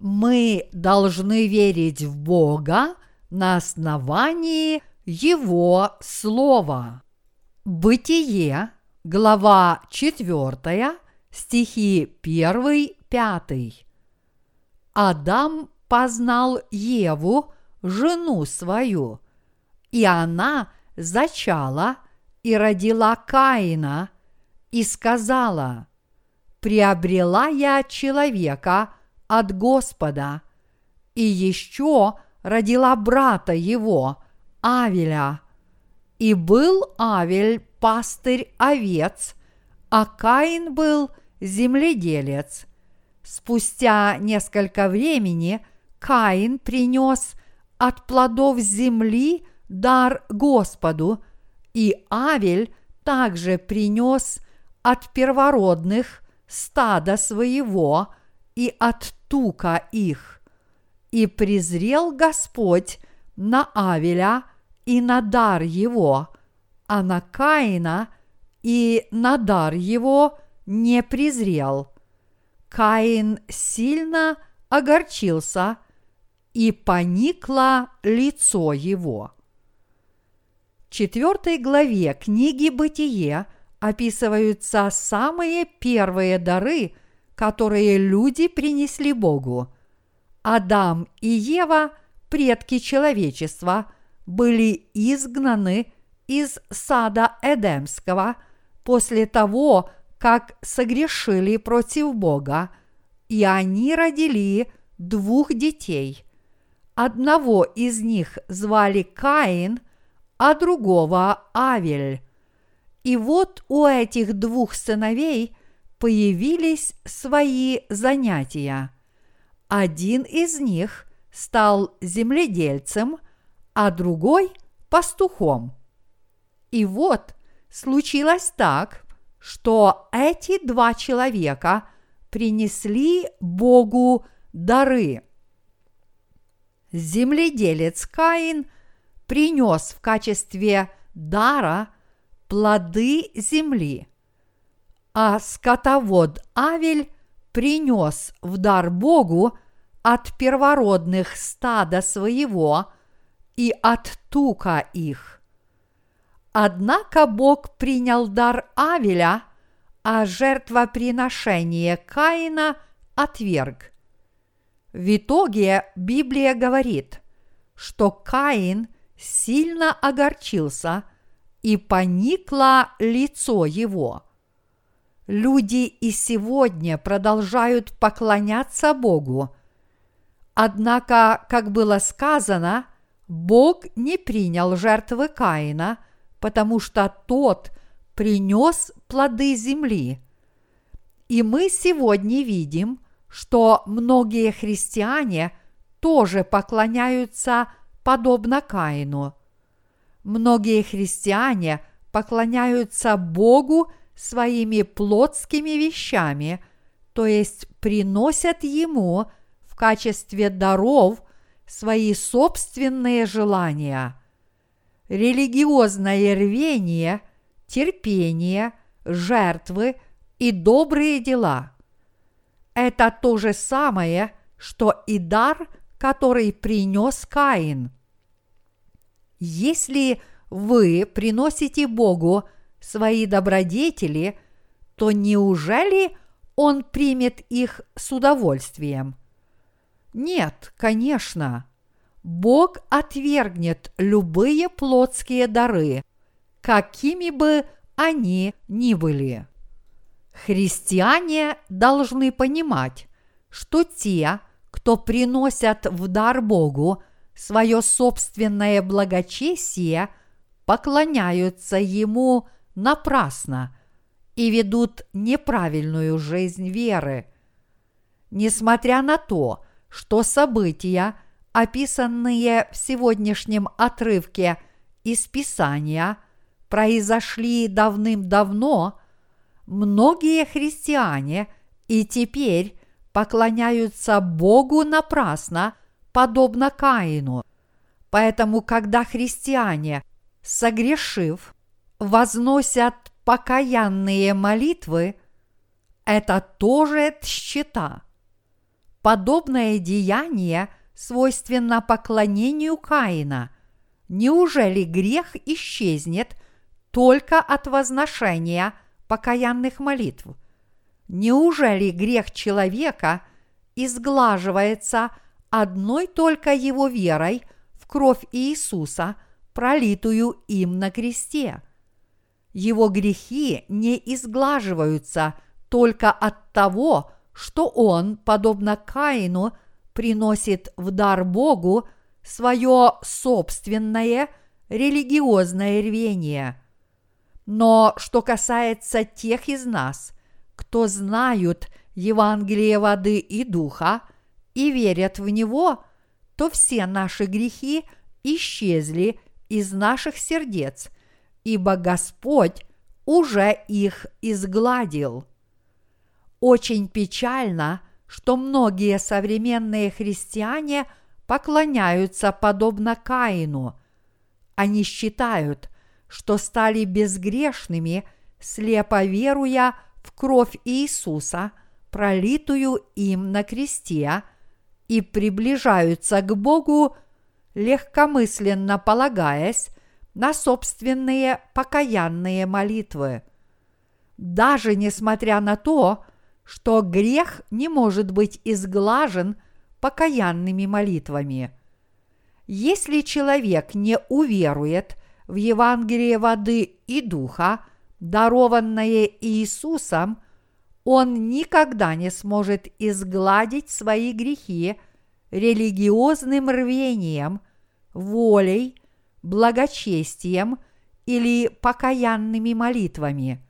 Мы должны верить в Бога на основании Его Слова. Бытие, глава 4, стихи 1-5. Адам познал Еву, жену свою, и она зачала и родила Каина, и сказала: «Приобрела я человека от Господа», и еще родила брата его, Авеля. И был Авель пастырь овец, а Каин был земледелец. Спустя несколько времени Каин принес от плодов земли дар Господу, и Авель также принес от первородных стада своего и от тука их. И презрел Господь на Авеля и на дар его, а на Каина и на дар его не презрел. Каин сильно огорчился, и поникло лицо его. В 4 главе книги «Бытие» описываются самые первые дары, которые люди принесли Богу. Адам и Ева, предки человечества, были изгнаны из сада Эдемского после того, как согрешили против Бога, и они родили 2 детей. Одного из них звали Каин, а другого Авель. И вот у этих 2 сыновей появились свои занятия. Один из них стал земледельцем, а другой – пастухом. И вот случилось так, что эти 2 человека принесли Богу дары. Земледелец Каин принес в качестве дара плоды земли, а скотовод Авель принес в дар Богу от первородных стада своего и от тука их. Однако Бог принял дар Авеля, а жертвоприношение Каина отверг. В итоге Библия говорит, что Каин сильно огорчился, и поникло лицо его. Люди и сегодня продолжают поклоняться Богу. Однако, как было сказано, Бог не принял жертвы Каина, потому что тот принес плоды земли. И мы сегодня видим, что многие христиане тоже поклоняются подобно Каину. Многие христиане поклоняются Богу своими плотскими вещами, то есть приносят Ему в качестве даров свои собственные желания. Религиозное рвение, терпение, жертвы и добрые дела – это то же самое, что и дар, который принес Каин. Если вы приносите Богу свои добродетели, то неужели Он примет их с удовольствием? Нет, конечно. Бог отвергнет любые плотские дары, какими бы они ни были. Христиане должны понимать, что те, кто приносят в дар Богу свое собственное благочестие, поклоняются Ему напрасно и ведут неправильную жизнь веры. Несмотря на то, что события, описанные в сегодняшнем отрывке из Писания, произошли давным-давно, многие христиане и теперь поклоняются Богу напрасно, подобно Каину. Поэтому, когда христиане, согрешив, возносят покаянные молитвы, это тоже тщета. Подобное деяние свойственно поклонению Каина. Неужели грех исчезнет только от возношения покаянных молитв? Неужели грех человека изглаживается одной только его верой в кровь Иисуса, пролитую им на кресте? Его грехи не изглаживаются только от того, что он, подобно Каину, приносит в дар Богу свое собственное религиозное рвение. Но что касается тех из нас, кто знают Евангелие воды и духа и верят в него, то все наши грехи исчезли из наших сердец, ибо Господь уже их изгладил. Очень печально, что многие современные христиане поклоняются подобно Каину. Они считают, что стали безгрешными, слепо веруя в кровь Иисуса, пролитую им на кресте, и приближаются к Богу, легкомысленно полагаясь на собственные покаянные молитвы. Даже несмотря на то, что грех не может быть изглажен покаянными молитвами. Если человек не уверует в Евангелие воды и духа, дарованное Иисусом, он никогда не сможет изгладить свои грехи религиозным рвением, волей, благочестием или покаянными молитвами.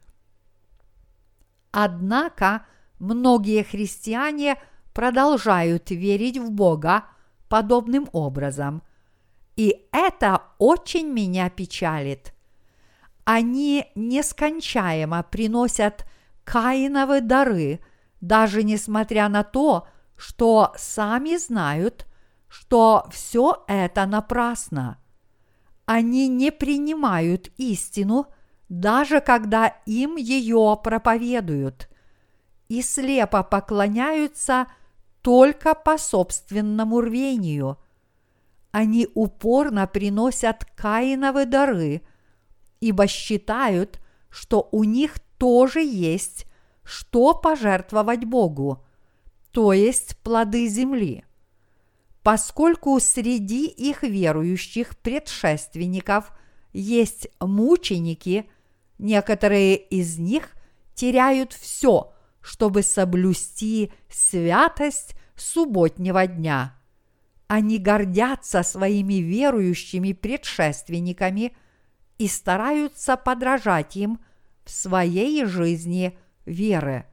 Однако многие христиане продолжают верить в Бога подобным образом, и это очень меня печалит. Они нескончаемо приносят Каиновы дары, даже несмотря на то, что сами знают, что все это напрасно. Они не принимают истину, даже когда им ее проповедуют, и слепо поклоняются только по собственному рвению. Они упорно приносят Каиновы дары, ибо считают, что у них тоже есть что пожертвовать Богу, то есть плоды земли. Поскольку среди их верующих предшественников есть мученики, некоторые из них теряют все, чтобы соблюсти святость субботнего дня. Они гордятся своими верующими предшественниками и стараются подражать им в своей жизни веры.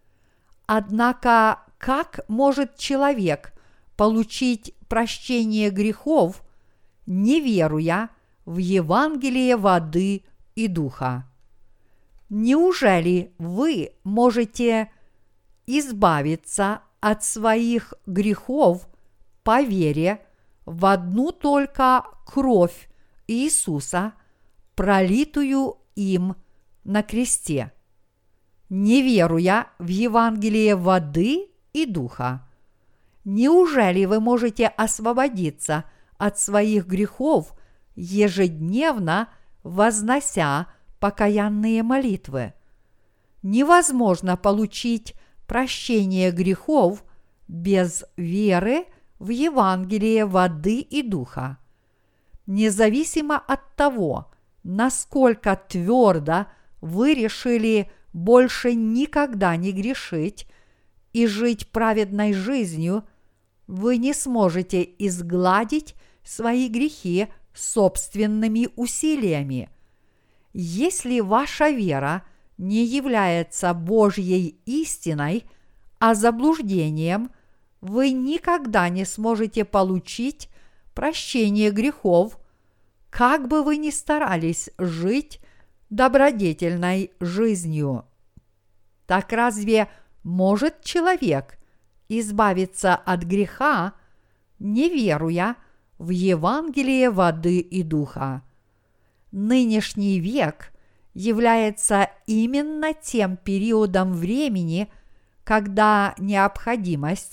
Однако, как может человек получить прощение грехов, не веруя в Евангелие воды и духа? Неужели вы можете избавиться от своих грехов по вере в одну только кровь Иисуса, пролитую им на кресте, не веруя в Евангелие воды и духа? Неужели вы можете освободиться от своих грехов, ежедневно вознося покаянные молитвы? Невозможно получить прощение грехов без веры в Евангелие воды и духа. Независимо от того, насколько твердо вы решили больше никогда не грешить и жить праведной жизнью, вы не сможете изгладить свои грехи собственными усилиями. Если ваша вера не является Божьей истиной, а заблуждением, вы никогда не сможете получить прощение грехов, как бы вы ни старались жить добродетельной жизнью. Так разве может человек избавиться от греха, не веруя в Евангелие воды и духа? Нынешний век является именно тем периодом времени, когда необходимость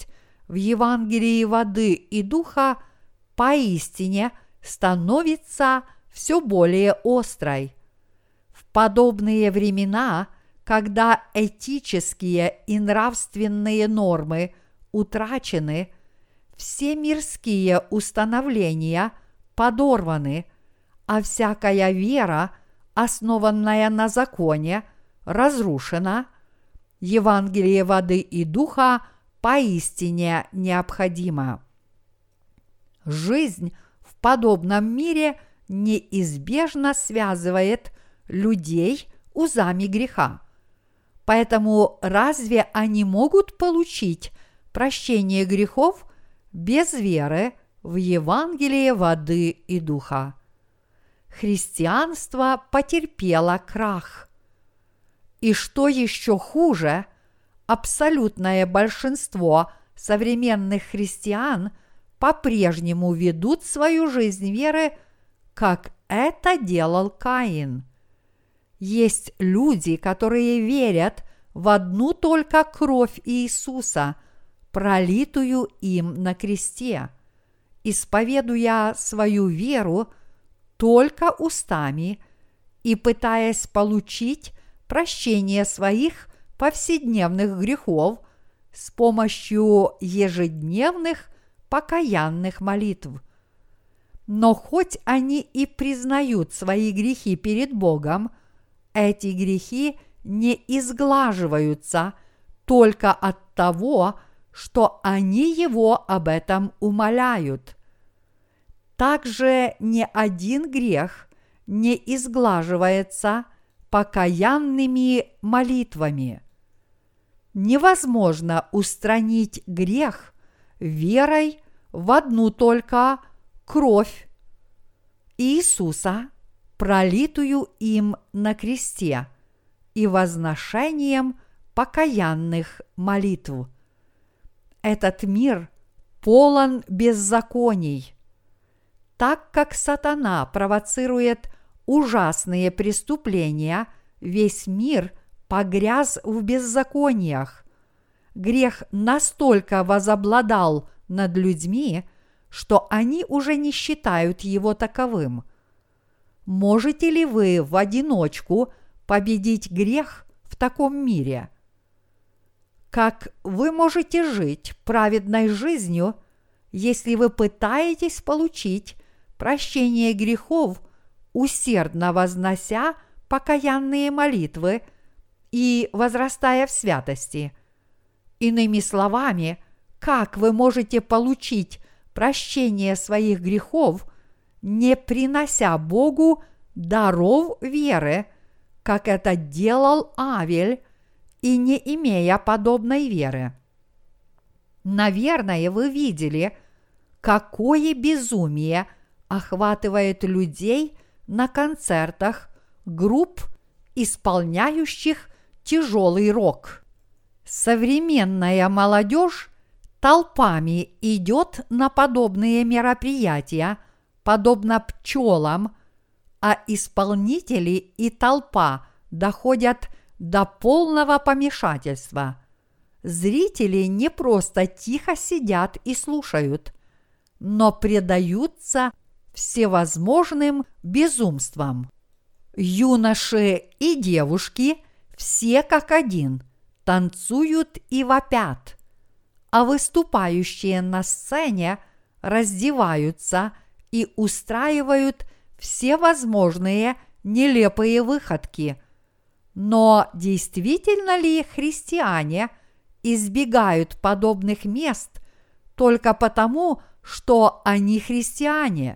в Евангелии воды и духа поистине становится все более острой. В подобные времена, когда этические и нравственные нормы утрачены, все мирские установления подорваны, а всякая вера, основанная на законе, разрушена, Евангелие воды и духа поистине необходимо. Жизнь в подобном мире неизбежно связывает людей узами греха. Поэтому разве они могут получить прощение грехов без веры в Евангелие воды и духа? Христианство потерпело крах. И что еще хуже, абсолютное большинство современных христиан по-прежнему ведут свою жизнь веры, как это делал Каин. Есть люди, которые верят в одну только кровь Иисуса, пролитую им на кресте, исповедуя свою веру только устами и пытаясь получить прощение своих повседневных грехов с помощью ежедневных покаянных молитв. Но хоть они и признают свои грехи перед Богом, эти грехи не изглаживаются только от того, что они его об этом умоляют. Также ни один грех не изглаживается покаянными молитвами. Невозможно устранить грех верой в одну только кровь Иисуса, пролитую им на кресте, и возношением покаянных молитв. Этот мир полон беззаконий. Так как сатана провоцирует ужасные преступления, весь мир погряз в беззакониях. Грех настолько возобладал над людьми, что они уже не считают его таковым. Можете ли вы в одиночку победить грех в таком мире? Как вы можете жить праведной жизнью, если вы пытаетесь получить прощение грехов, усердно вознося покаянные молитвы и возрастая в святости? Иными словами, как вы можете получить прощение своих грехов, не принося Богу даров веры, как это делал Авель, и не имея подобной веры? Наверное, вы видели, какое безумие охватывает людей на концертах групп, исполняющих тяжелый рок. Современная молодежь толпами идет на подобные мероприятия, подобно пчелам, а исполнители и толпа доходят до полного помешательства. Зрители не просто тихо сидят и слушают, но предаются всевозможным безумствам. Юноши и девушки все как один танцуют и вопят, а выступающие на сцене раздеваются и устраивают всевозможные нелепые выходки. Но действительно ли христиане избегают подобных мест только потому, что они христиане?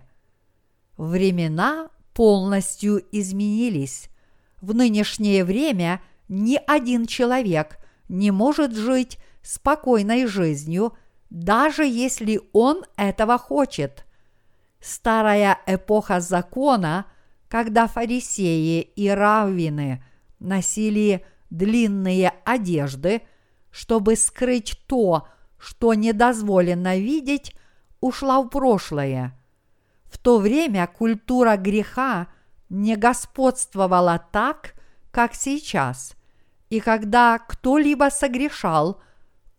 Времена полностью изменились. В нынешнее время ни один человек не может жить спокойной жизнью, даже если он этого хочет. Старая эпоха закона, когда фарисеи и раввины носили длинные одежды, чтобы скрыть то, что недозволено видеть, ушла в прошлое. В то время культура греха не господствовала так, как сейчас, и когда кто-либо согрешал,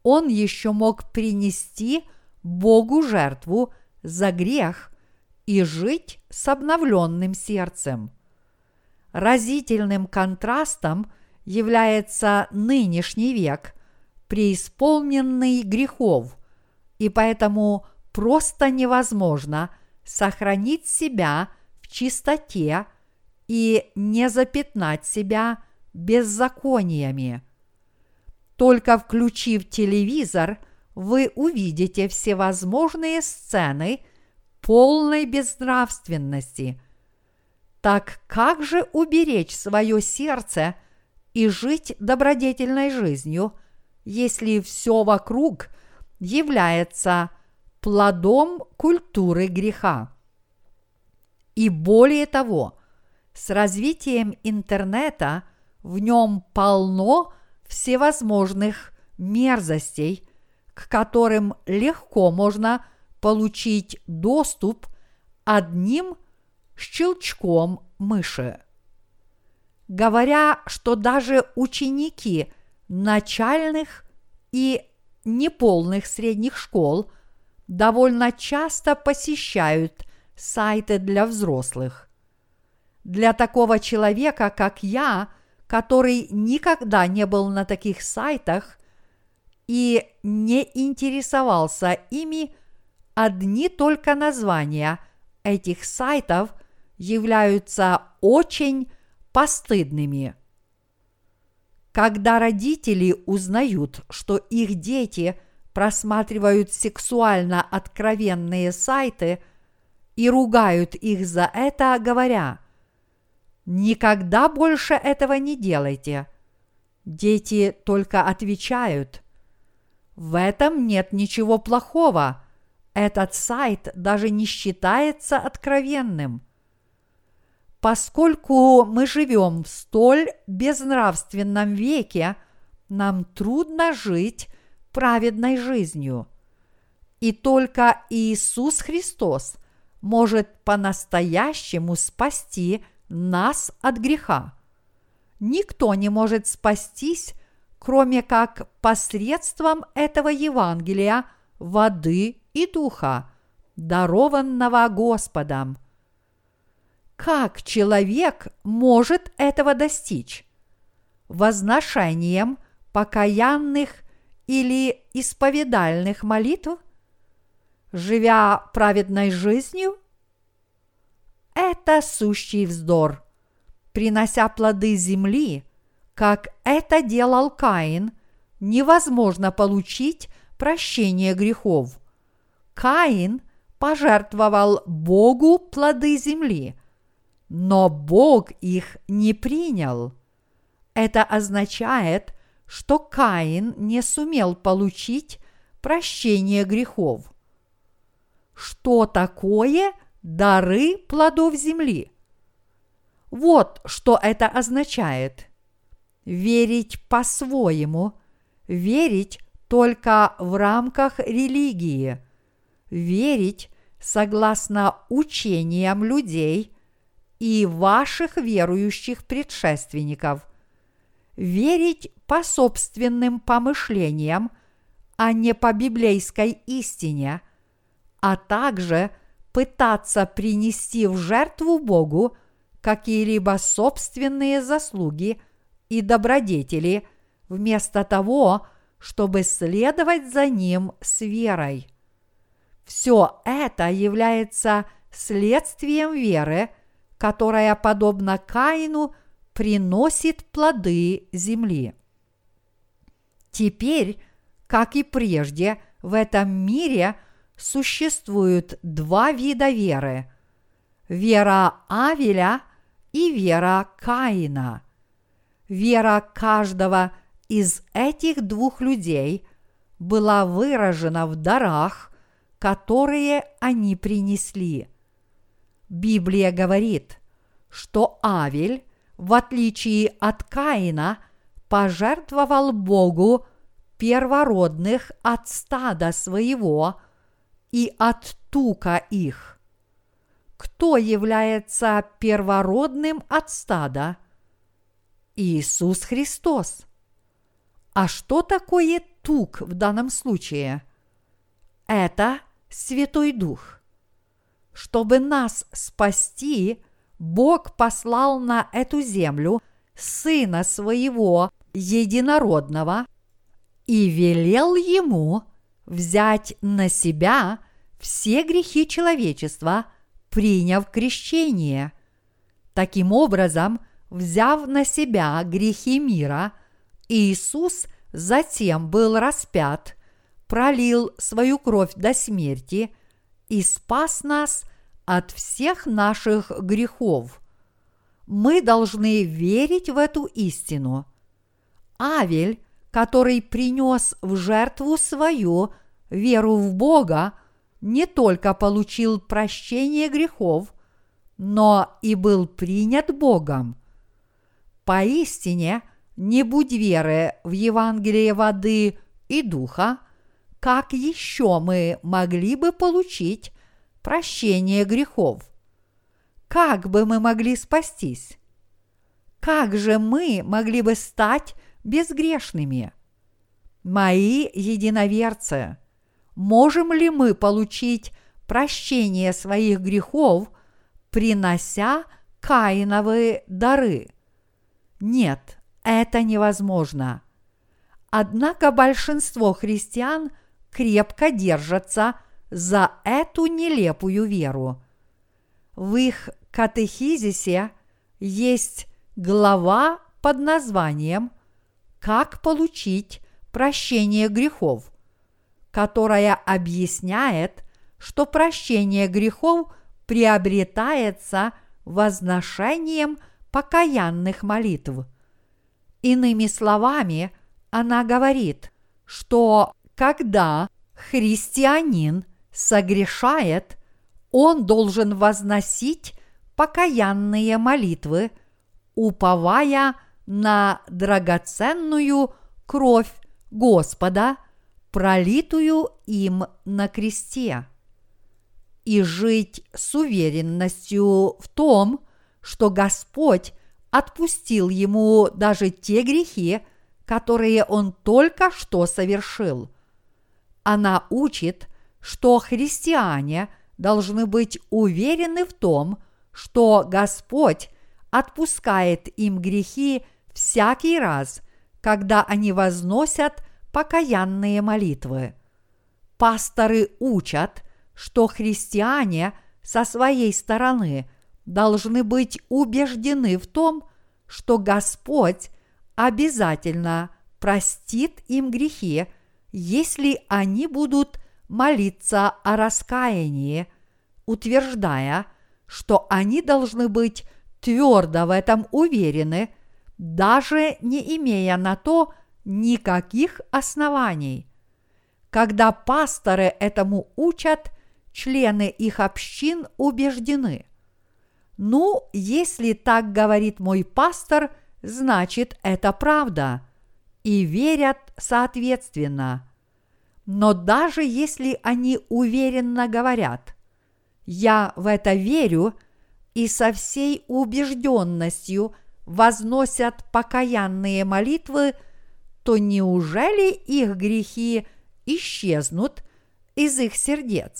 он еще мог принести Богу жертву за грех и жить с обновленным сердцем. Разительным контрастом является нынешний век, преисполненный грехов, и поэтому просто невозможно сохранить себя в чистоте и не запятнать себя беззакониями. Только включив телевизор, вы увидите всевозможные сцены полной безнравственности. Так как же уберечь свое сердце и жить добродетельной жизнью, если все вокруг является плодом культуры греха? И более того, с развитием интернета в нем полно всевозможных мерзостей, к которым легко можно получить доступ одним щелчком мыши. Говоря, что даже ученики начальных и неполных средних школ довольно часто посещают сайты для взрослых. Для такого человека, как я, который никогда не был на таких сайтах и не интересовался ими, одни только названия этих сайтов являются очень постыдными. Когда родители узнают, что их дети просматривают сексуально откровенные сайты и ругают их за это, говоря: «Никогда больше этого не делайте», дети только отвечают: «В этом нет ничего плохого. Этот сайт даже не считается откровенным». Поскольку мы живем в столь безнравственном веке, нам трудно жить праведной жизнью. И только Иисус Христос может по-настоящему спасти нас от греха. Никто не может спастись, кроме как посредством этого Евангелия воды и духа, дарованного Господом. Как человек может этого достичь? Возношением покаянных или исповедальных молитв? Живя праведной жизнью? Это сущий вздор. Принося плоды земли, как это делал Каин, невозможно получить прощение грехов. Каин пожертвовал Богу плоды земли, но Бог их не принял. Это означает, что Каин не сумел получить прощение грехов. Что такое дары плодов земли? Вот что это означает: верить по-своему, верить только в рамках религии, верить согласно учениям людей и ваших верующих предшественников, верить по собственным помышлениям, а не по библейской истине, а также пытаться принести в жертву Богу какие-либо собственные заслуги и добродетели, вместо того, чтобы следовать за Ним с верой. Все это является следствием веры, которая, подобно Каину, приносит плоды земли. Теперь, как и прежде, в этом мире существуют два вида веры: вера Авеля и вера Каина. Вера каждого из этих двух людей была выражена в дарах, которые они принесли. Библия говорит, что Авель, в отличие от Каина, пожертвовал Богу первородных от стада своего и от тука их. Кто является первородным от стада? Иисус Христос. А что такое туг в данном случае? Это Святой Дух. Чтобы нас спасти, Бог послал на эту землю Сына Своего Единородного и велел Ему взять на себя все грехи человечества, приняв крещение. Таким образом, взяв на себя грехи мира, Иисус затем был распят, пролил свою кровь до смерти и спас нас от всех наших грехов. Мы должны верить в эту истину. Авель, который принес в жертву свою веру в Бога, не только получил прощение грехов, но и был принят Богом. Поистине, не будь веры в Евангелие воды и духа, как еще мы могли бы получить прощение грехов? Как бы мы могли спастись? Как же мы могли бы стать безгрешными? Мои единоверцы, можем ли мы получить прощение своих грехов, принося Каиновы дары? Нет, это невозможно. Однако большинство христиан крепко держатся за эту нелепую веру. В их катехизисе есть глава под названием «Как получить прощение грехов», которая объясняет, что прощение грехов приобретается возношением покаянных молитв. Иными словами, она говорит, что когда христианин согрешает, он должен возносить покаянные молитвы, уповая на драгоценную кровь Господа, пролитую им на кресте, и жить с уверенностью в том, что Господь отпустил ему даже те грехи, которые он только что совершил. Она учит, что христиане должны быть уверены в том, что Господь отпускает им грехи всякий раз, когда они возносят покаянные молитвы. Пасторы учат, что христиане со своей стороны должны быть убеждены в том, что Господь обязательно простит им грехи, если они будут молиться о раскаянии, утверждая, что они должны быть твердо в этом уверены, даже не имея на то никаких оснований. Когда пасторы этому учат, члены их общин убеждены. Ну, если так говорит мой пастор, значит, это правда, и верят соответственно. Но даже если они уверенно говорят: «Я в это верю», и со всей убежденностью возносят покаянные молитвы, то неужели их грехи исчезнут из их сердец?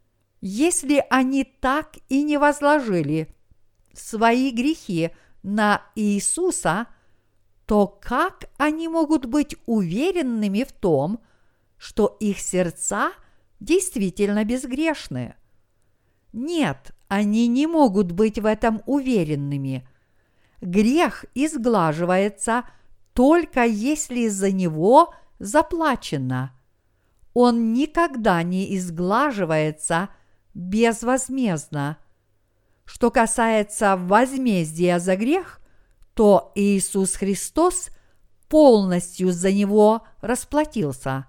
Если они так и не возложили свои грехи на Иисуса, то как они могут быть уверенными в том, что их сердца действительно безгрешны? Нет, они не могут быть в этом уверенными. Грех изглаживается только если за него заплачено. Он никогда не изглаживается безвозмездно. Что касается возмездия за грех, то Иисус Христос полностью за него расплатился.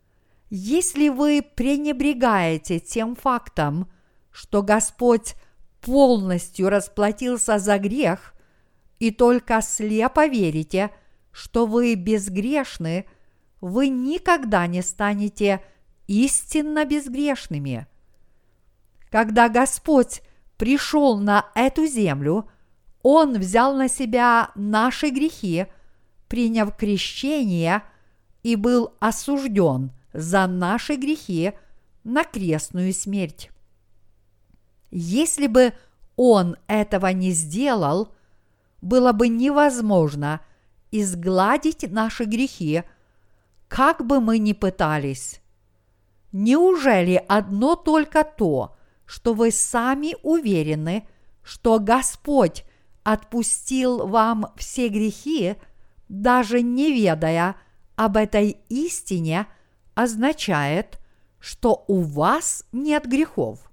Если вы пренебрегаете тем фактом, что Господь полностью расплатился за грех, и только слепо верите, что вы безгрешны, вы никогда не станете истинно безгрешными. Когда Господь пришел на эту землю, Он взял на себя наши грехи, приняв крещение и был осужден за наши грехи на крестную смерть. Если бы Он этого не сделал, было бы невозможно изгладить наши грехи, как бы мы ни пытались. Неужели одно только то, что вы сами уверены, что Господь отпустил вам все грехи, даже не ведая об этой истине, означает, что у вас нет грехов?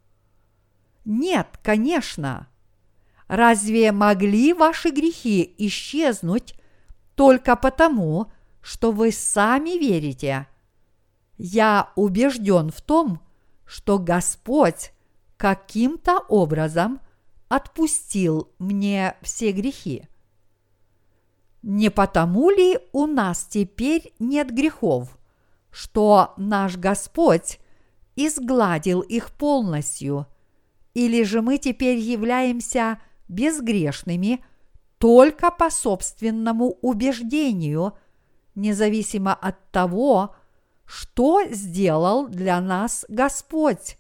Нет, конечно. Разве могли ваши грехи исчезнуть только потому, что вы сами верите? Я убежден в том, что Господь каким-то образом отпустил мне все грехи. Не потому ли у нас теперь нет грехов, что наш Господь изгладил их полностью, или же мы теперь являемся безгрешными только по собственному убеждению, независимо от того, что сделал для нас Господь?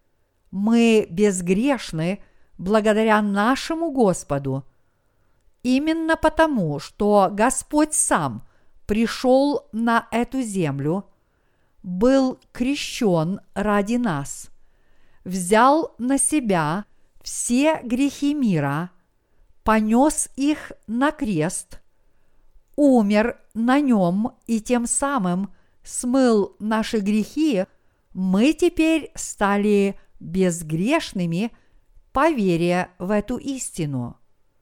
Мы безгрешны благодаря нашему Господу. Именно потому, что Господь сам пришел на эту землю, был крещен ради нас, взял на себя все грехи мира, понес их на крест, умер на нем и тем самым смыл наши грехи, мы теперь стали безгрешными по вере в эту истину.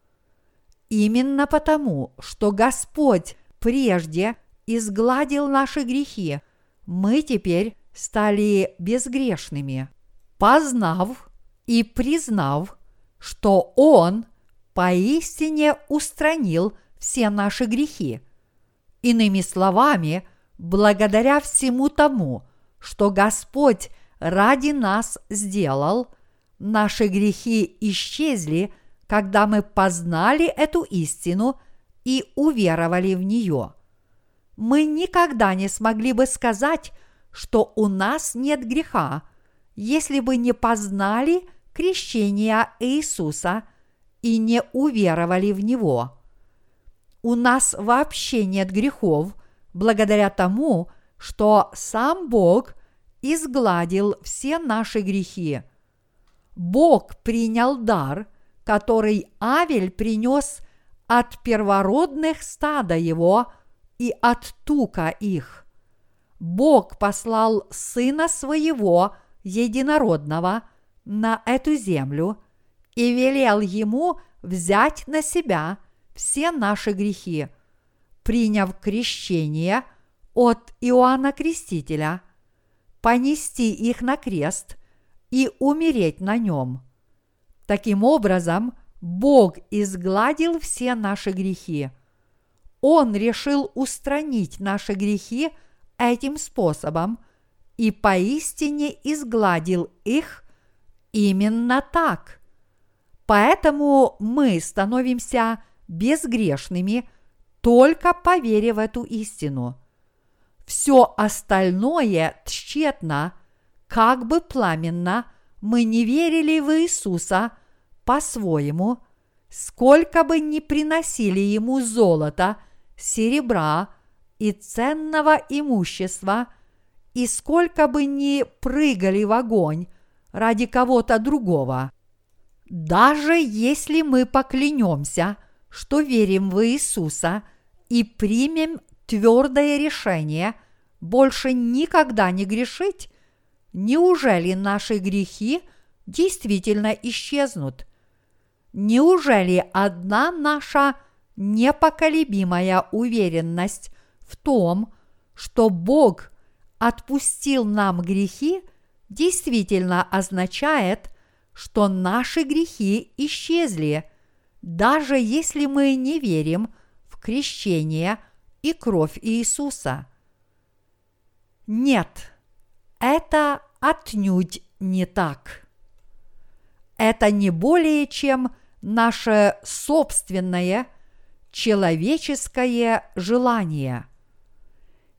Именно потому, что Господь прежде изгладил наши грехи, мы теперь стали безгрешными, познав и признав, что Он поистине устранил все наши грехи. Иными словами, благодаря всему тому, что Господь ради нас сделал, наши грехи исчезли, когда мы познали эту истину и уверовали в нее. Мы никогда не смогли бы сказать, что у нас нет греха, если бы не познали крещение Иисуса и не уверовали в Него. У нас вообще нет грехов благодаря тому, что сам Бог изгладил все наши грехи. Бог принял дар, который Авель принес от первородных стада его и от тука их. Бог послал Сына Своего Единородного на эту землю и велел Ему взять на себя все наши грехи, приняв крещение от Иоанна Крестителя, понести их на крест и умереть на нем. Таким образом, Бог изгладил все наши грехи. Он решил устранить наши грехи этим способом и поистине изгладил их именно так. Поэтому мы становимся безгрешными только по вере в эту истину. Все остальное тщетно, как бы пламенно мы не верили в Иисуса по-своему, сколько бы ни приносили Ему золота, серебра и ценного имущества, и сколько бы ни прыгали в огонь ради кого-то другого. Даже если мы поклянемся, что верим в Иисуса и примем твердое решение больше никогда не грешить, неужели наши грехи действительно исчезнут? Неужели одна наша непоколебимая уверенность в том, что Бог отпустил нам грехи, действительно означает, что наши грехи исчезли, даже если мы не верим в крещение и кровь Иисуса? Нет, это отнюдь не так. Это не более чем наше собственное человеческое желание.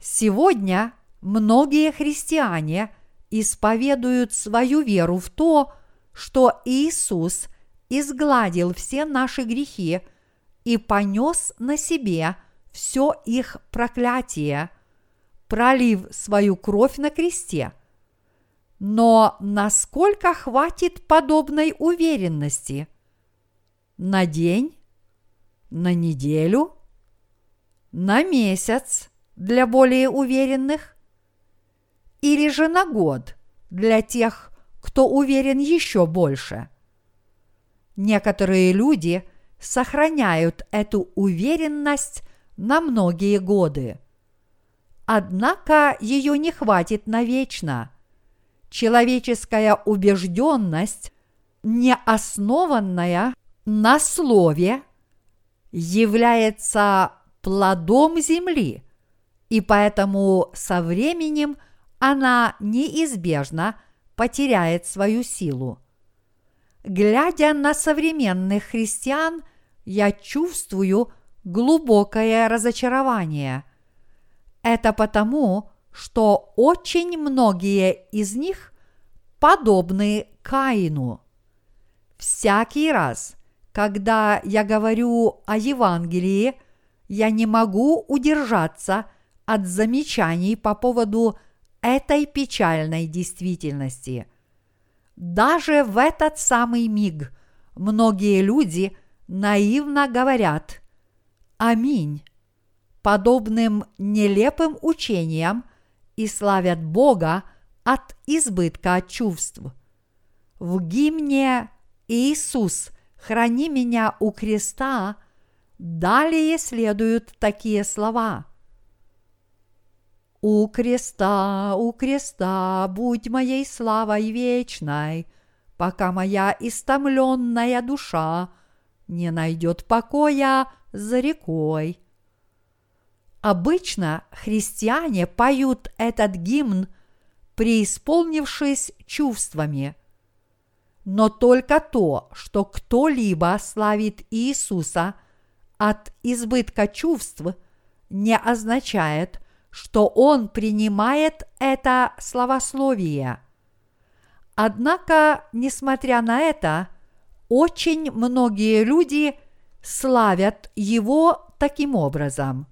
Сегодня многие христиане исповедуют свою веру в то, что Иисус изгладил все наши грехи и понес на себе все их проклятие, пролив свою кровь на кресте. Но насколько хватит подобной уверенности? На день? На неделю? На месяц для более уверенных? Или же на год для тех, кто уверен еще больше? Некоторые люди сохраняют эту уверенность на многие годы. Однако ее не хватит навечно. Человеческая убежденность, не основанная на слове, является плодом земли, и поэтому со временем она неизбежно потеряет свою силу. Глядя на современных христиан, я чувствую глубокое разочарование. Это потому, что очень многие из них подобны Каину. Всякий раз, когда я говорю о Евангелии, я не могу удержаться от замечаний по поводу этой печальной действительности. Даже в этот самый миг многие люди наивно говорят «Аминь» подобным нелепым учениям и славят Бога от избытка чувств. В гимне «Иисус, храни меня у креста» далее следуют такие слова: у креста, будь моей славой вечной, пока моя истомленная душа не найдет покоя за рекой». Обычно христиане поют этот гимн, преисполнившись чувствами. Но только то, что кто-либо славит Иисуса от избытка чувств, не означает, что он принимает это славословие. Однако, несмотря на это, очень многие люди славят его таким образом.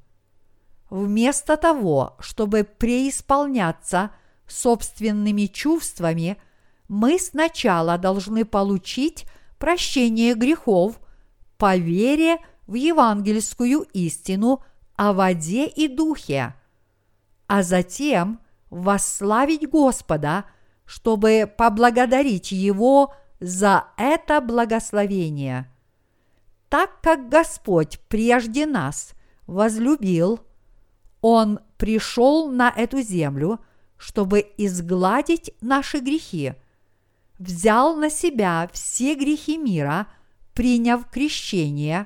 Вместо того, чтобы преисполняться собственными чувствами, мы сначала должны получить прощение грехов по вере в евангельскую истину о воде и духе, а затем восславить Господа, чтобы поблагодарить Его за это благословение. Так как Господь прежде нас возлюбил, Он пришел на эту землю, чтобы изгладить наши грехи, взял на себя все грехи мира, приняв крещение,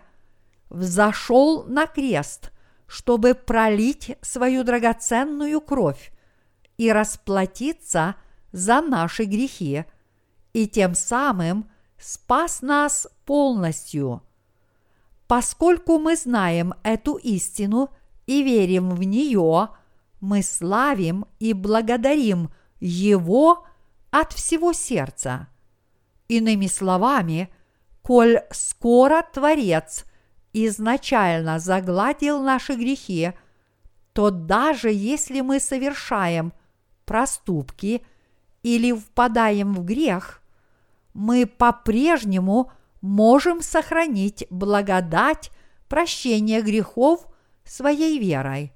взошел на крест, чтобы пролить свою драгоценную кровь и расплатиться за наши грехи, и тем самым спас нас полностью. Поскольку мы знаем эту истину и верим в нее, мы славим и благодарим Его от всего сердца. Иными словами, коль скоро Творец изначально загладил наши грехи, то даже если мы совершаем проступки или впадаем в грех, мы по-прежнему можем сохранить благодать прощения грехов своей верой.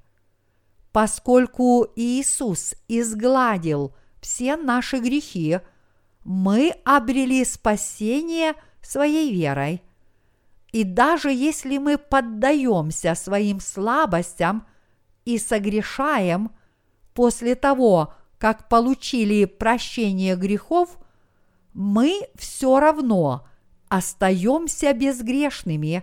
Поскольку Иисус изгладил все наши грехи, мы обрели спасение своей верой. И даже если мы поддаемся своим слабостям и согрешаем после того, как получили прощение грехов, мы все равно остаемся безгрешными,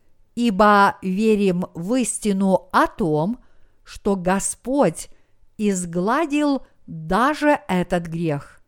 ибо верим в истину о том, что Господь изгладил даже этот грех.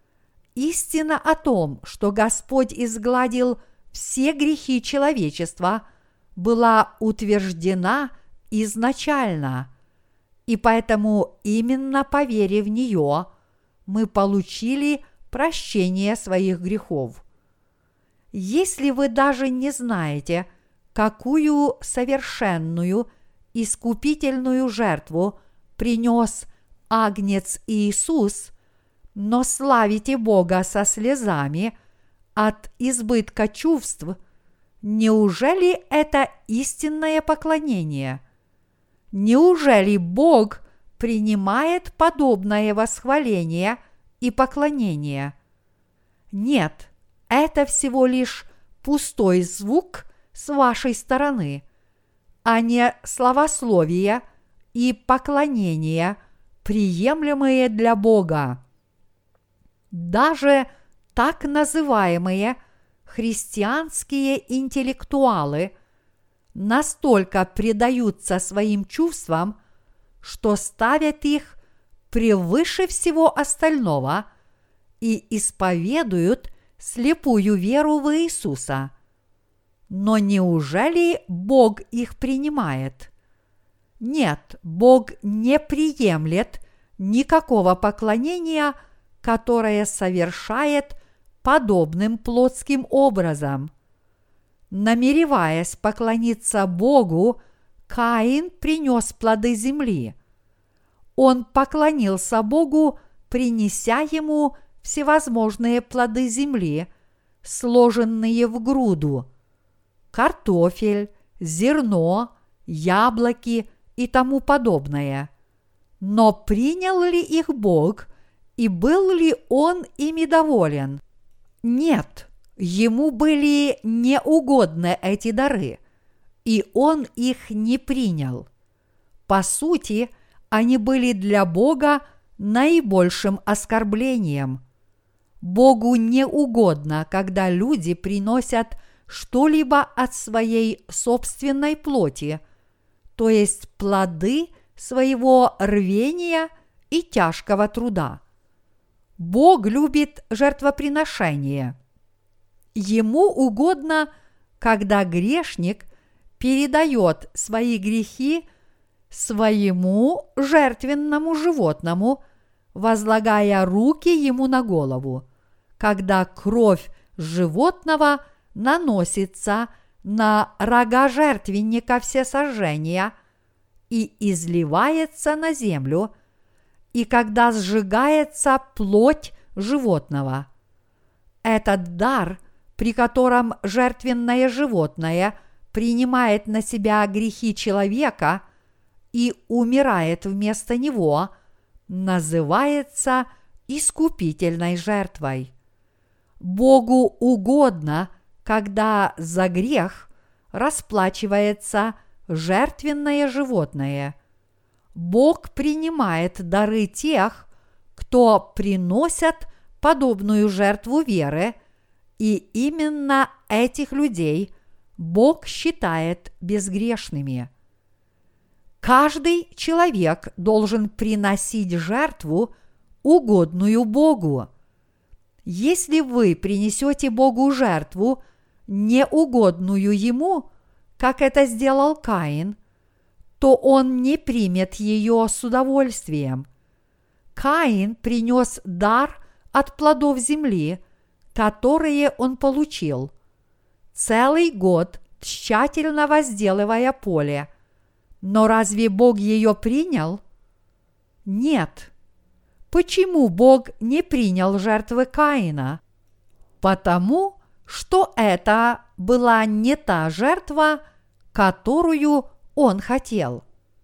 Истина о том, что Господь изгладил все грехи человечества, была утверждена изначально, и поэтому именно по вере в нее мы получили прощение своих грехов. Если вы даже не знаете, какую совершенную искупительную жертву принес Агнец Иисус, но славите Бога со слезами от избытка чувств, неужели это истинное поклонение? Неужели Бог принимает подобное восхваление и поклонение? Нет, это всего лишь пустой звук с вашей стороны, а не славословие и поклонение, приемлемые для Бога. Даже так называемые христианские интеллектуалы настолько предаются своим чувствам, что ставят их превыше всего остального и исповедуют слепую веру в Иисуса. Но неужели Бог их принимает? Нет, Бог не приемлет никакого поклонения, которое совершает подобным плотским образом. Намереваясь поклониться Богу, Каин принес плоды земли. Он поклонился Богу, принеся ему всевозможные плоды земли, сложенные в груду: картофель, зерно, яблоки и тому подобное. Но принял ли их Бог, и был ли Он ими доволен? Нет, ему были неугодны эти дары, и он их не принял. По сути, они были для Бога наибольшим оскорблением. Богу не угодно, когда люди приносят что-либо от своей собственной плоти, то есть плоды своего рвения и тяжкого труда. Бог любит жертвоприношение. Ему угодно, когда грешник передает свои грехи своему жертвенному животному, возлагая руки ему на голову, когда кровь животного наносится на рога жертвенника всесожжения и изливается на землю, и когда сжигается плоть животного. Этот дар, при котором жертвенное животное принимает на себя грехи человека и умирает вместо него, называется искупительной жертвой. Богу угодно, когда за грех расплачивается жертвенное животное. Бог принимает дары тех, кто приносят подобную жертву веры, и именно этих людей Бог считает безгрешными. Каждый человек должен приносить жертву, угодную Богу. Если вы принесете Богу жертву, неугодную Ему, как это сделал Каин, то Он не примет ее с удовольствием. Каин принес дар от плодов земли, которые он получил, целый год тщательно возделывая поле. Но разве Бог ее принял? Нет. Почему Бог не принял жертвы Каина? Потому что это была не та жертва, которую он хотел.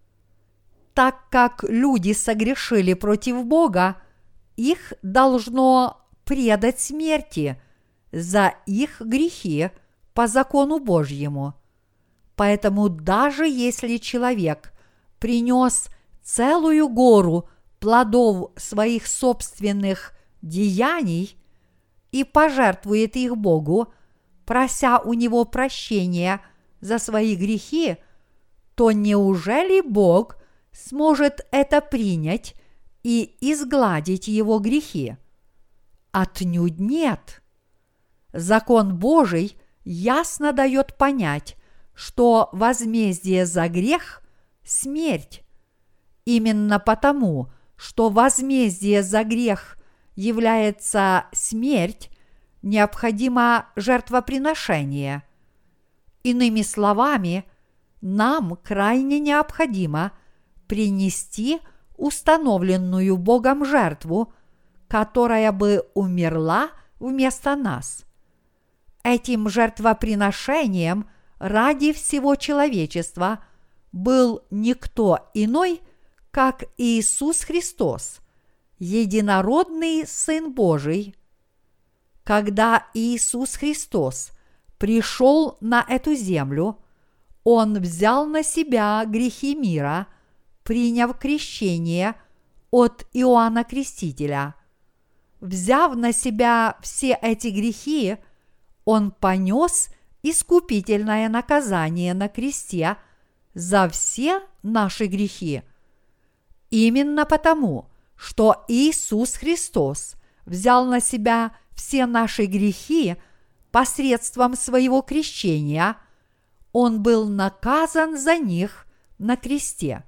Так как люди согрешили против Бога, их должно предать смерти за их грехи по закону Божьему. Поэтому даже если человек принес целую гору плодов своих собственных деяний и пожертвует их Богу, прося у Него прощения за свои грехи, то неужели Бог сможет это принять и изгладить его грехи? Отнюдь нет. Закон Божий ясно дает понять, что возмездие за грех – смерть. Именно потому, что возмездие за грех является смерть, необходимо жертвоприношение. Иными словами, нам крайне необходимо принести установленную Богом жертву, которая бы умерла вместо нас. Этим жертвоприношением ради всего человечества был никто иной, как Иисус Христос, единородный Сын Божий. Когда Иисус Христос пришел на эту землю, Он взял на себя грехи мира, приняв крещение от Иоанна Крестителя. Взяв на себя все эти грехи, Он понес искупительное наказание на кресте за все наши грехи. Именно потому, что Иисус Христос взял на себя все наши грехи посредством своего крещения, Он был наказан за них на кресте.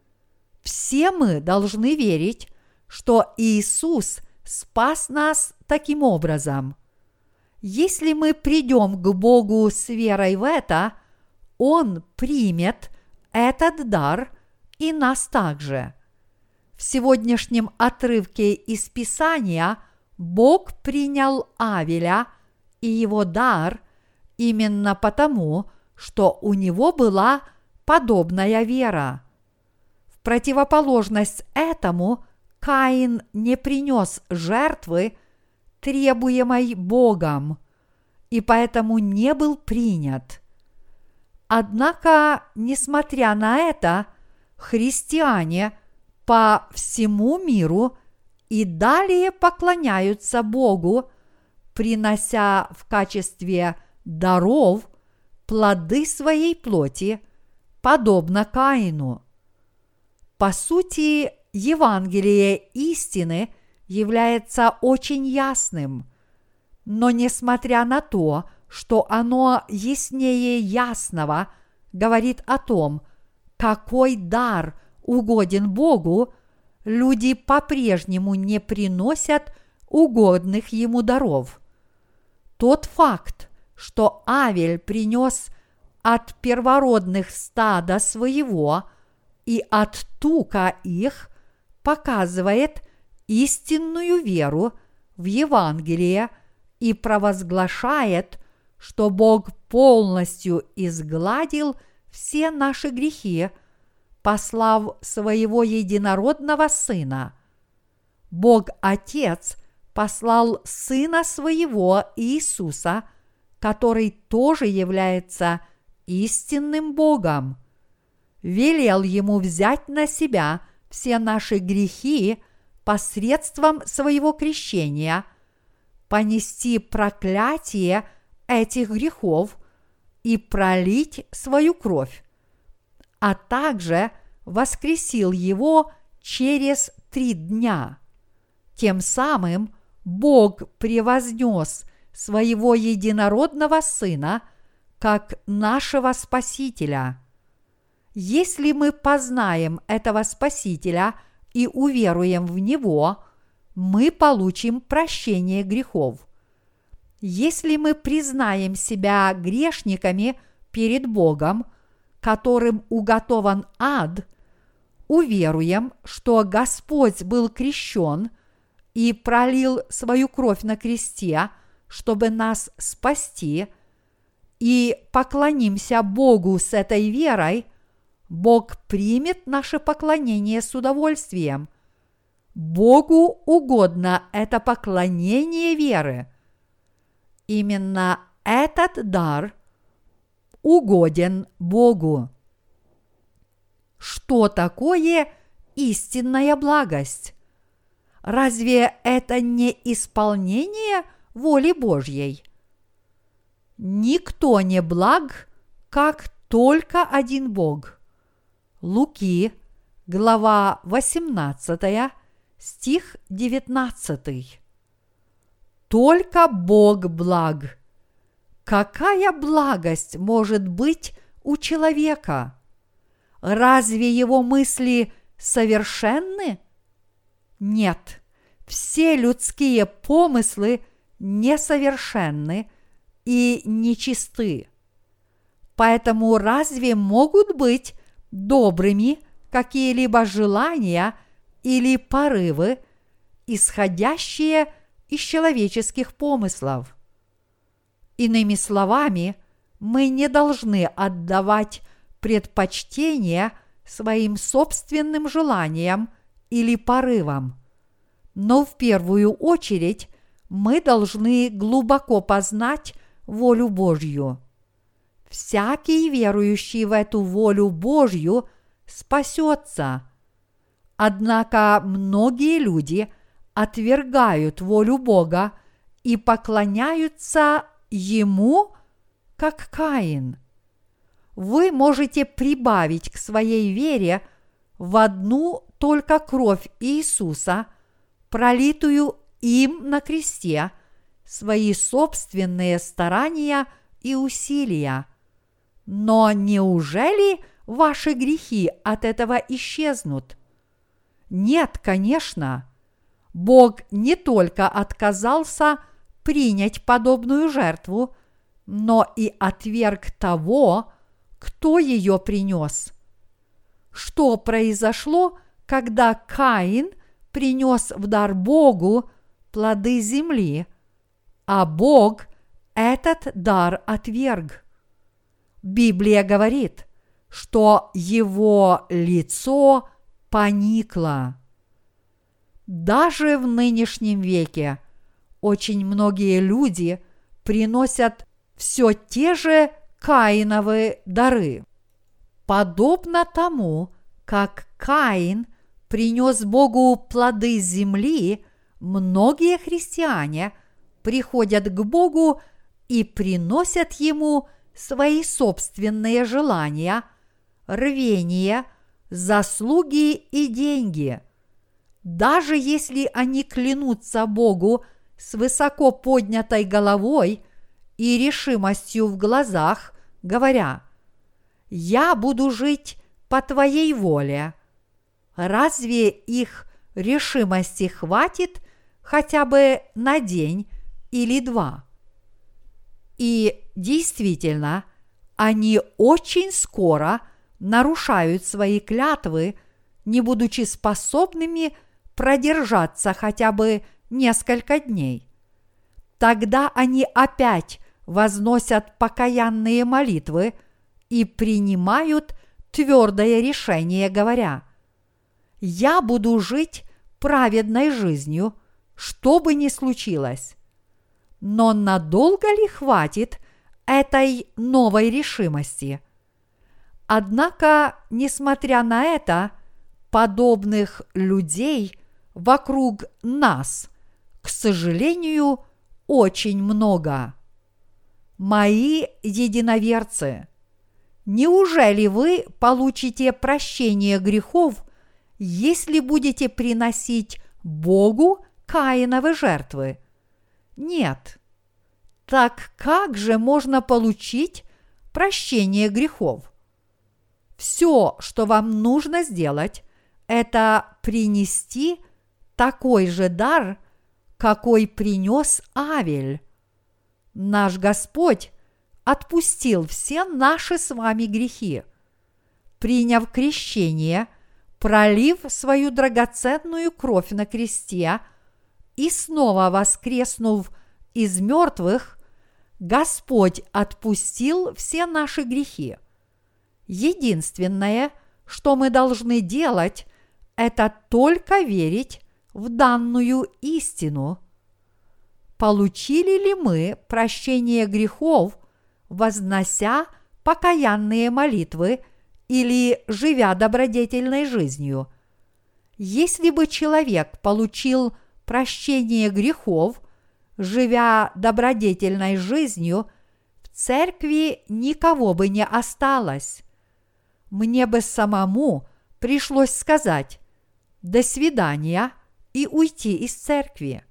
Все мы должны верить, что Иисус спас нас таким образом. Если мы придем к Богу с верой в это, Он примет этот дар и нас также. В сегодняшнем отрывке из Писания Бог принял Авеля и его дар именно потому, что у него была подобная вера. В противоположность этому Каин не принес жертвы, требуемой Богом, и поэтому не был принят. Однако, несмотря на это, христиане по всему миру и далее поклоняются Богу, принося в качестве даров плоды своей плоти, подобно Каину. По сути, Евангелие истины является очень ясным, но несмотря на то, что оно яснее ясного говорит о том, какой дар угоден Богу, люди по-прежнему не приносят угодных Ему даров. Тот факт, что Авель принес от первородных стада своего и от тука их, показывает истинную веру в Евангелие и провозглашает, что Бог полностью изгладил все наши грехи, послав своего единородного Сына. Бог Отец послал Сына Своего Иисуса, который тоже является истинным Богом, велел Ему взять на себя все наши грехи посредством своего крещения, понести проклятие этих грехов и пролить свою кровь, а также воскресил его через 3 дня. Тем самым Бог превознес своего единородного Сына как нашего Спасителя. Если мы познаем этого Спасителя и уверуем в Него, мы получим прощение грехов. Если мы признаем себя грешниками перед Богом, которым уготован ад, уверуем, что Господь был крещен и пролил свою кровь на кресте, чтобы нас спасти, и поклонимся Богу с этой верой, Бог примет наше поклонение с удовольствием. Богу угодно это поклонение веры. Именно этот дар угоден Богу. Что такое истинная благость? Разве это не исполнение воли Божьей? Никто не благ, как только один Бог. Луки, глава 18, стих 19. Только Бог благ. Какая благость может быть у человека? Разве его мысли совершенны? Нет, все людские помыслы несовершенны и нечисты. Поэтому разве могут быть добрыми какие-либо желания или порывы, исходящие из человеческих помыслов? Иными словами, мы не должны отдавать предпочтение своим собственным желаниям или порывам, но в первую очередь мы должны глубоко познать волю Божью. Всякий верующий в эту волю Божью спасется. Однако многие люди отвергают волю Бога и поклоняются Ему, как Каин. Вы можете прибавить к своей вере в одну только кровь Иисуса, пролитую им на кресте, свои собственные старания и усилия. Но неужели ваши грехи от этого исчезнут? Нет, конечно. Бог не только отказался принять подобную жертву, но и отверг того, кто ее принес. Что произошло, когда Каин принес в дар Богу плоды земли, а Бог этот дар отверг? Библия говорит, что его лицо поникло. Даже в нынешнем веке очень многие люди приносят все те же Каиновы дары. Подобно тому, как Каин принес Богу плоды земли, многие христиане приходят к Богу и приносят Ему свои собственные желания, рвение, заслуги и деньги. Даже если они клянутся Богу с высоко поднятой головой и решимостью в глазах, говоря: «Я буду жить по Твоей воле», разве их решимости хватит хотя бы на день или два? И действительно, они очень скоро нарушают свои клятвы, не будучи способными продержаться хотя бы несколько дней. Тогда они опять возносят покаянные молитвы и принимают твердое решение, говоря: «Я буду жить праведной жизнью, что бы ни случилось». Но надолго ли хватит этой новой решимости? Однако, несмотря на это, подобных людей вокруг нас, к сожалению, очень много. Мои единоверцы, неужели вы получите прощение грехов, если будете приносить Богу Каиновы жертвы? Нет. Так как же можно получить прощение грехов? Все, что вам нужно сделать, это принести такой же дар, какой принес Авель. Наш Господь отпустил все наши с вами грехи, приняв крещение, пролив свою драгоценную кровь на кресте и снова воскреснув из мертвых, Господь отпустил все наши грехи. Единственное, что мы должны делать, это только верить в данную истину. Получили ли мы прощение грехов, вознося покаянные молитвы или живя добродетельной жизнью? Если бы человек получил прощение грехов, живя добродетельной жизнью, в церкви никого бы не осталось. Мне бы самому пришлось сказать «до свидания» и уйти из церкви.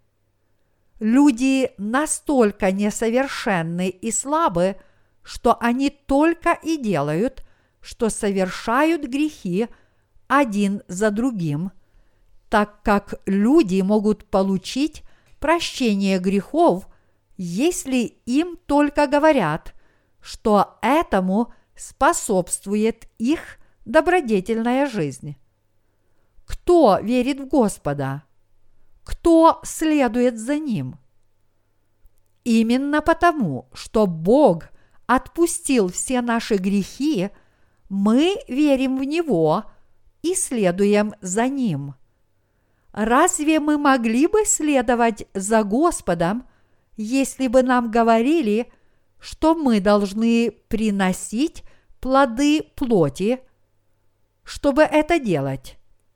Люди настолько несовершенны и слабы, что они только и делают, что совершают грехи один за другим, так как люди могут получить прощение грехов, если им только говорят, что этому способствует их добродетельная жизнь. Кто верит в Господа? Кто следует за Ним? Именно потому, что Бог отпустил все наши грехи, мы верим в Него и следуем за Ним. Разве мы могли бы следовать за Господом, если бы нам говорили, что мы должны приносить плоды плоти, чтобы это делать?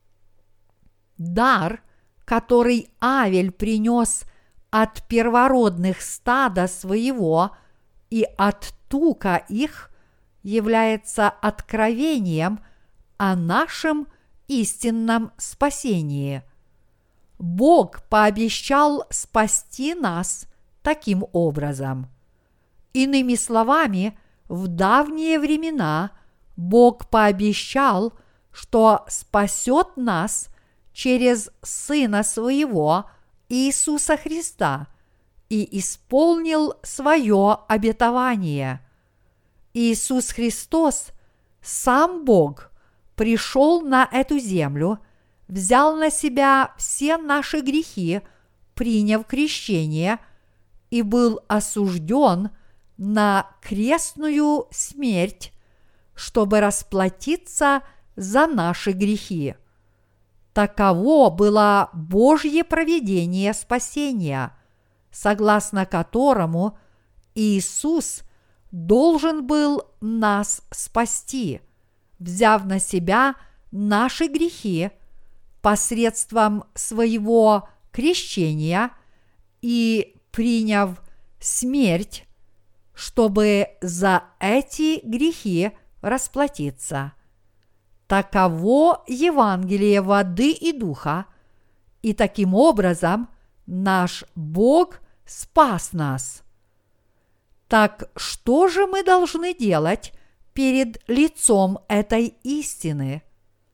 Дар, который Авель принес от первородных стада своего и от тука их, является откровением о нашем истинном спасении. Бог пообещал спасти нас таким образом. Иными словами, в давние времена Бог пообещал, что спасет нас через Сына Своего Иисуса Христа и исполнил свое обетование. Иисус Христос, сам Бог, пришел на эту землю, взял на себя все наши грехи, приняв крещение, и был осужден на крестную смерть, чтобы расплатиться за наши грехи. Таково было Божье провидение спасения, согласно которому Иисус должен был нас спасти, взяв на себя наши грехи посредством своего крещения и приняв смерть, чтобы за эти грехи расплатиться. Таково Евангелие воды и духа, и таким образом наш Бог спас нас. Так что же мы должны делать перед лицом этой истины?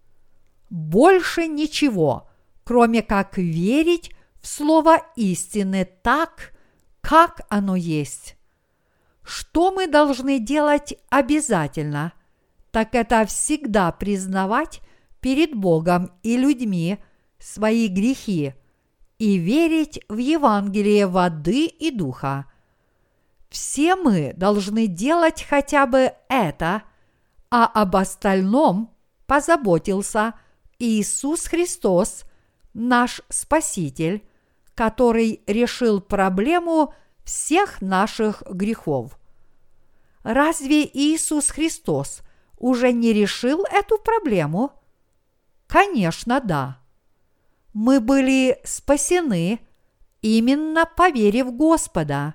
Больше ничего, кроме как верить в слово истины так, как оно есть. Что мы должны делать обязательно, так это всегда признавать перед Богом и людьми свои грехи и верить в Евангелие воды и духа. Все мы должны делать хотя бы это, а об остальном позаботился Иисус Христос, наш Спаситель, который решил проблему всех наших грехов. Разве Иисус Христос уже не решил эту проблему? Конечно, да. Мы были спасены, именно поверив в Господа.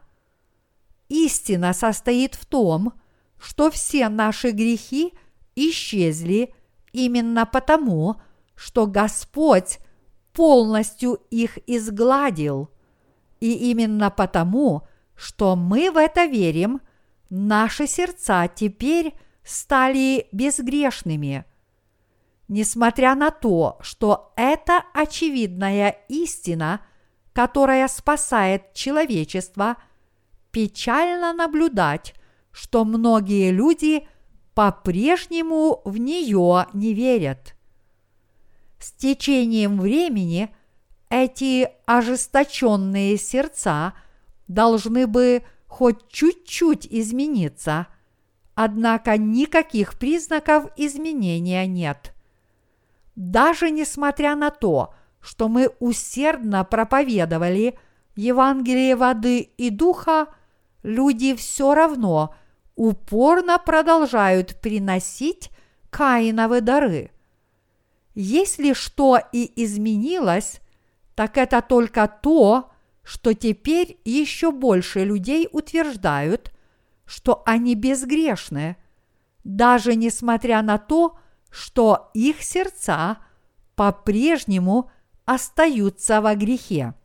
Истина состоит в том, что все наши грехи исчезли именно потому, что Господь полностью их изгладил. И именно потому, что мы в это верим, наши сердца теперь стали безгрешными. Несмотря на то, что это очевидная истина, которая спасает человечество, печально наблюдать, что многие люди по-прежнему в нее не верят. С течением времени эти ожесточенные сердца должны бы хоть чуть-чуть измениться, однако никаких признаков изменения нет. Даже несмотря на то, что мы усердно проповедовали Евангелие воды и духа, люди все равно упорно продолжают приносить Каиновы дары. Если что и изменилось, так это только то, что теперь еще больше людей утверждают, что они безгрешны, даже несмотря на то, что их сердца по-прежнему остаются во грехе.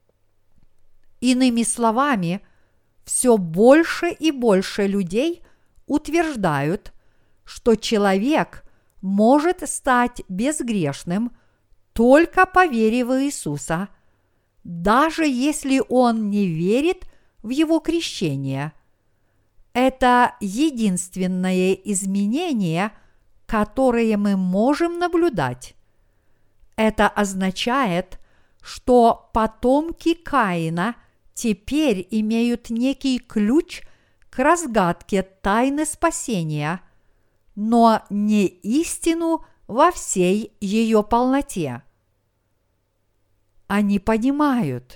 Иными словами, все больше и больше людей утверждают, что человек может стать безгрешным только по вере в Иисуса, даже если он не верит в его крещение. Это единственное изменение, которое мы можем наблюдать. Это означает, что потомки Каина теперь имеют некий ключ к разгадке тайны спасения, но не истину во всей ее полноте. Они понимают,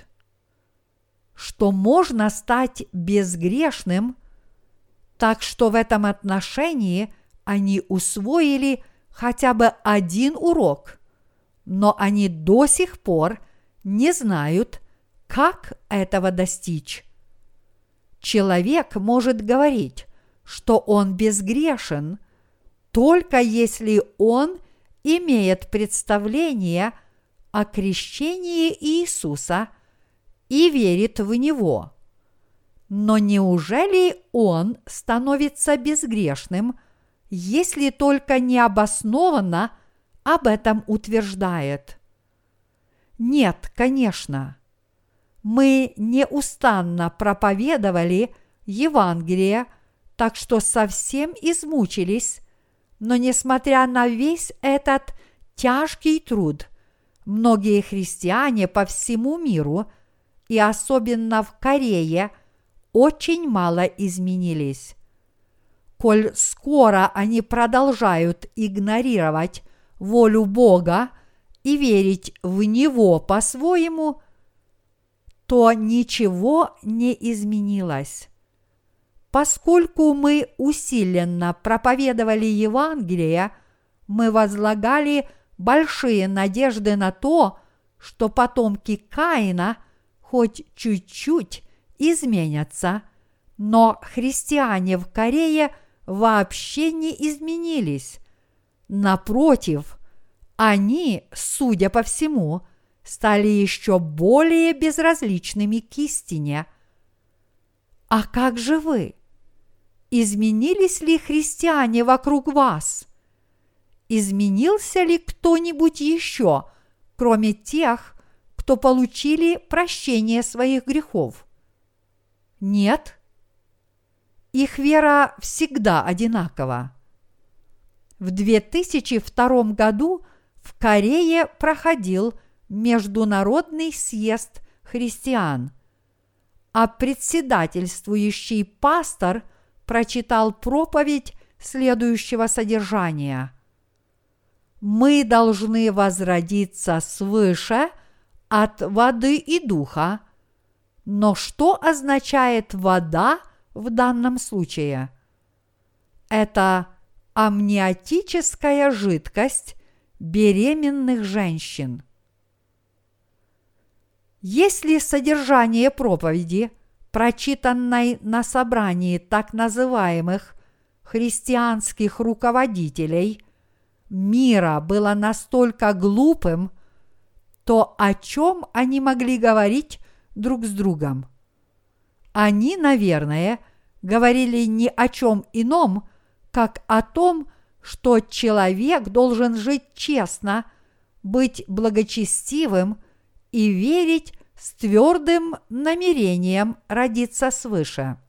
что можно стать безгрешным, так что в этом отношении они усвоили хотя бы один урок, но они до сих пор не знают, как этого достичь. Человек может говорить, что он безгрешен, только если он имеет представление о крещении Иисуса и верит в Него. Но неужели он становится безгрешным, если только необоснованно об этом утверждает? Нет, конечно. Мы неустанно проповедовали Евангелие, так что совсем измучились, но несмотря на весь этот тяжкий труд, многие христиане по всему миру, и особенно в Корее, очень мало изменились. Коль скоро они продолжают игнорировать волю Бога и верить в Него по-своему, то ничего не изменилось. Поскольку мы усиленно проповедовали Евангелие, мы возлагали большие надежды на то, что потомки Каина хоть чуть-чуть изменятся, но христиане в Корее вообще не изменились. Напротив, они, судя по всему, стали еще более безразличными к истине. А как же вы? Изменились ли христиане вокруг вас? Изменился ли кто-нибудь еще, кроме тех, кто получили прощение своих грехов? Нет? Их вера всегда одинакова. В 2002 году в Корее проходил Международный съезд христиан, а председательствующий пастор прочитал проповедь следующего содержания: «Мы должны возродиться свыше от воды и духа». Но что означает вода в данном случае? Это амниотическая жидкость беременных женщин. Если содержание проповеди, прочитанной на собрании так называемых христианских руководителей мира, было настолько глупым, то о чем они могли говорить друг с другом? Они, наверное, говорили ни о чем ином, как о том, что человек должен жить честно, быть благочестивым и верить с твердым намерением родиться свыше.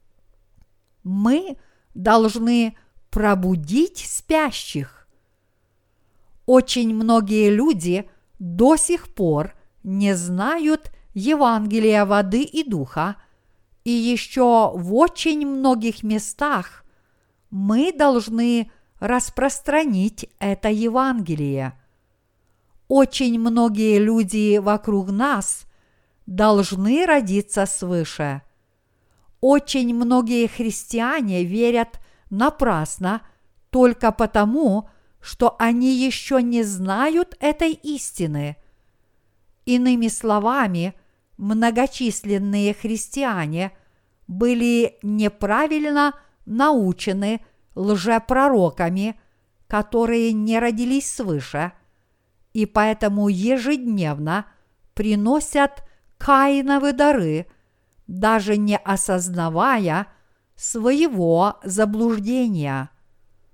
Мы должны пробудить спящих. Очень многие люди до сих пор не знают Евангелия воды и духа, и еще в очень многих местах мы должны распространить это Евангелие. Очень многие люди вокруг нас должны родиться свыше. Очень многие христиане верят напрасно только потому, что они еще не знают этой истины. Иными словами, многочисленные христиане были неправильно научены лжепророками, которые не родились свыше, и поэтому ежедневно приносят Каиновы дары, даже не осознавая своего заблуждения.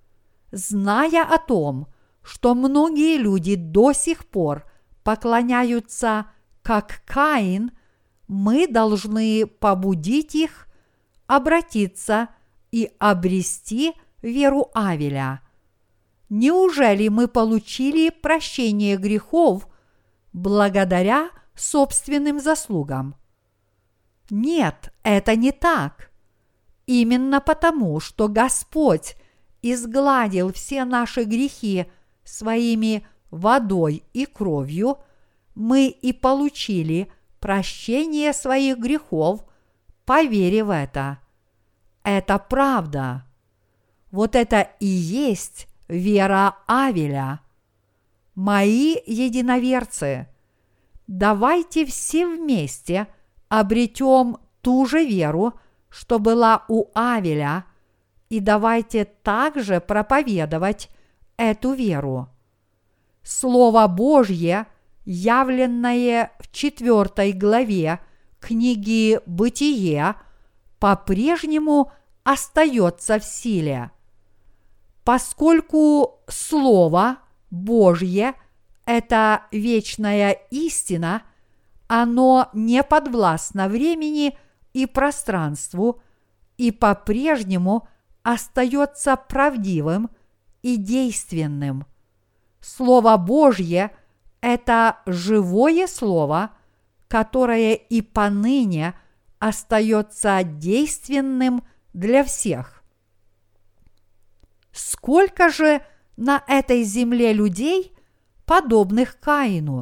зная о том, что многие люди до сих пор поклоняются, как Каин, мы должны побудить их обратиться и обрести веру Авеля. Неужели мы получили прощение грехов благодаря собственным заслугам? Нет, это не так. Именно потому, что Господь изгладил все наши грехи своими водой и кровью, мы и получили прощение своих грехов по вере в это. Это правда. Вот это и есть вера Авеля. Мои единоверцы, давайте все вместе обретем ту же веру, что была у Авеля, и давайте также проповедовать эту веру. Слово Божье, явленное в 4 главе книги «Бытие», по-прежнему остается в силе. Поскольку Слово Божье – это вечная истина, оно не подвластно времени и пространству и по-прежнему остается правдивым и действенным. Слово Божье – это живое Слово, которое и поныне остается действенным для всех. Сколько же на этой земле людей, подобных Каину?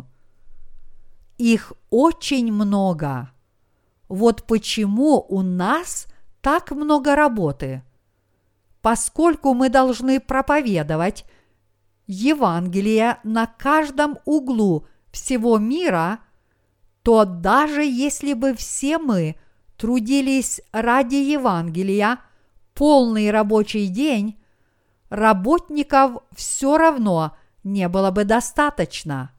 Их очень много. Вот почему у нас так много работы. Поскольку мы должны проповедовать Евангелие на каждом углу всего мира, то даже если бы все мы трудились ради Евангелия полный рабочий день, работников все равно не было бы достаточно.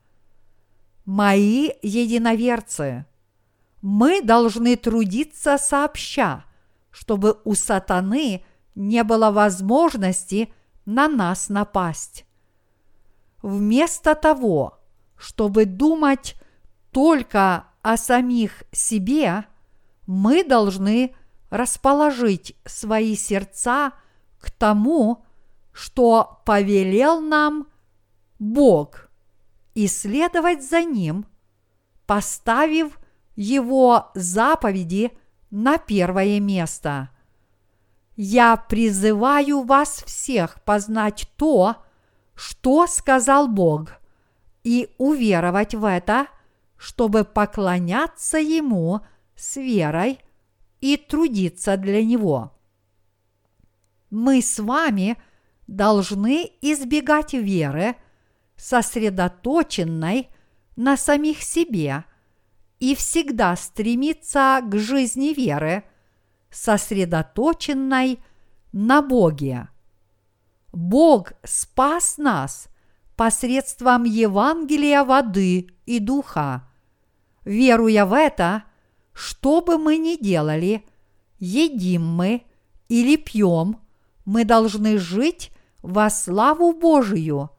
Мои единоверцы, мы должны трудиться сообща, чтобы у сатаны не было возможности на нас напасть. Вместо того, чтобы думать только о самих себе, мы должны расположить свои сердца к тому, что повелел нам Бог, и следовать за Ним, поставив Его заповеди на первое место. Я призываю вас всех познать то, что сказал Бог, и уверовать в это, чтобы поклоняться Ему с верой и трудиться для Него. Мы с вами должны избегать веры, сосредоточенной на самих себе, и всегда стремиться к жизни веры, сосредоточенной на Боге. Бог спас нас посредством Евангелия воды и духа. Веруя в это, что бы мы ни делали, едим мы или пьем, мы должны жить во славу Божию.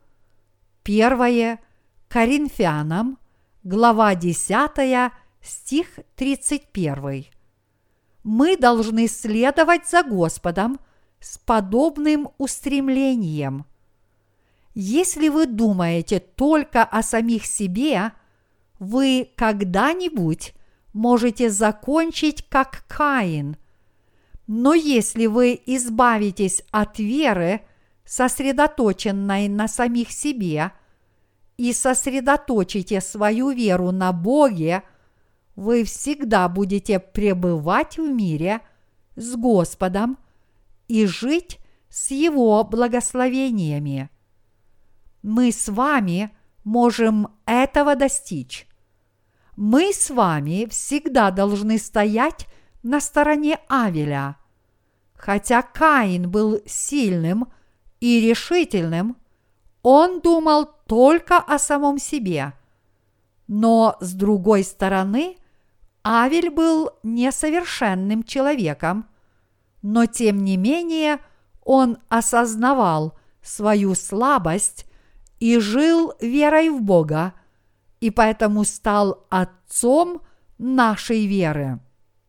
1 Коринфянам, глава 10, стих 31. Мы должны следовать за Господом с подобным устремлением. Если вы думаете только о самих себе, вы когда-нибудь можете закончить как Каин. Но если вы избавитесь от веры, сосредоточенной на самих себе, и сосредоточите свою веру на Боге, вы всегда будете пребывать в мире с Господом и жить с Его благословениями. Мы с вами можем этого достичь. Мы с вами всегда должны стоять на стороне Авеля. Хотя Каин был сильным и решительным, он думал только о самом себе. Но, с другой стороны, Авель был несовершенным человеком, но тем не менее он осознавал свою слабость и жил верой в Бога, и поэтому стал отцом нашей веры.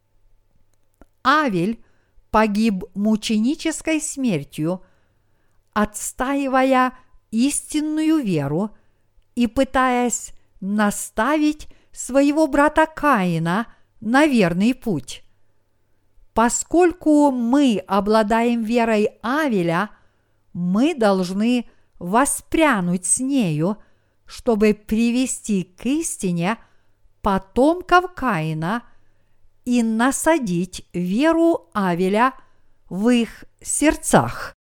Авель погиб мученической смертью, отстаивая истинную веру и пытаясь наставить своего брата Каина на верный путь. Поскольку мы обладаем верой Авеля, мы должны воспрянуть с нею, чтобы привести к истине потомков Каина и насадить веру Авеля в их сердцах.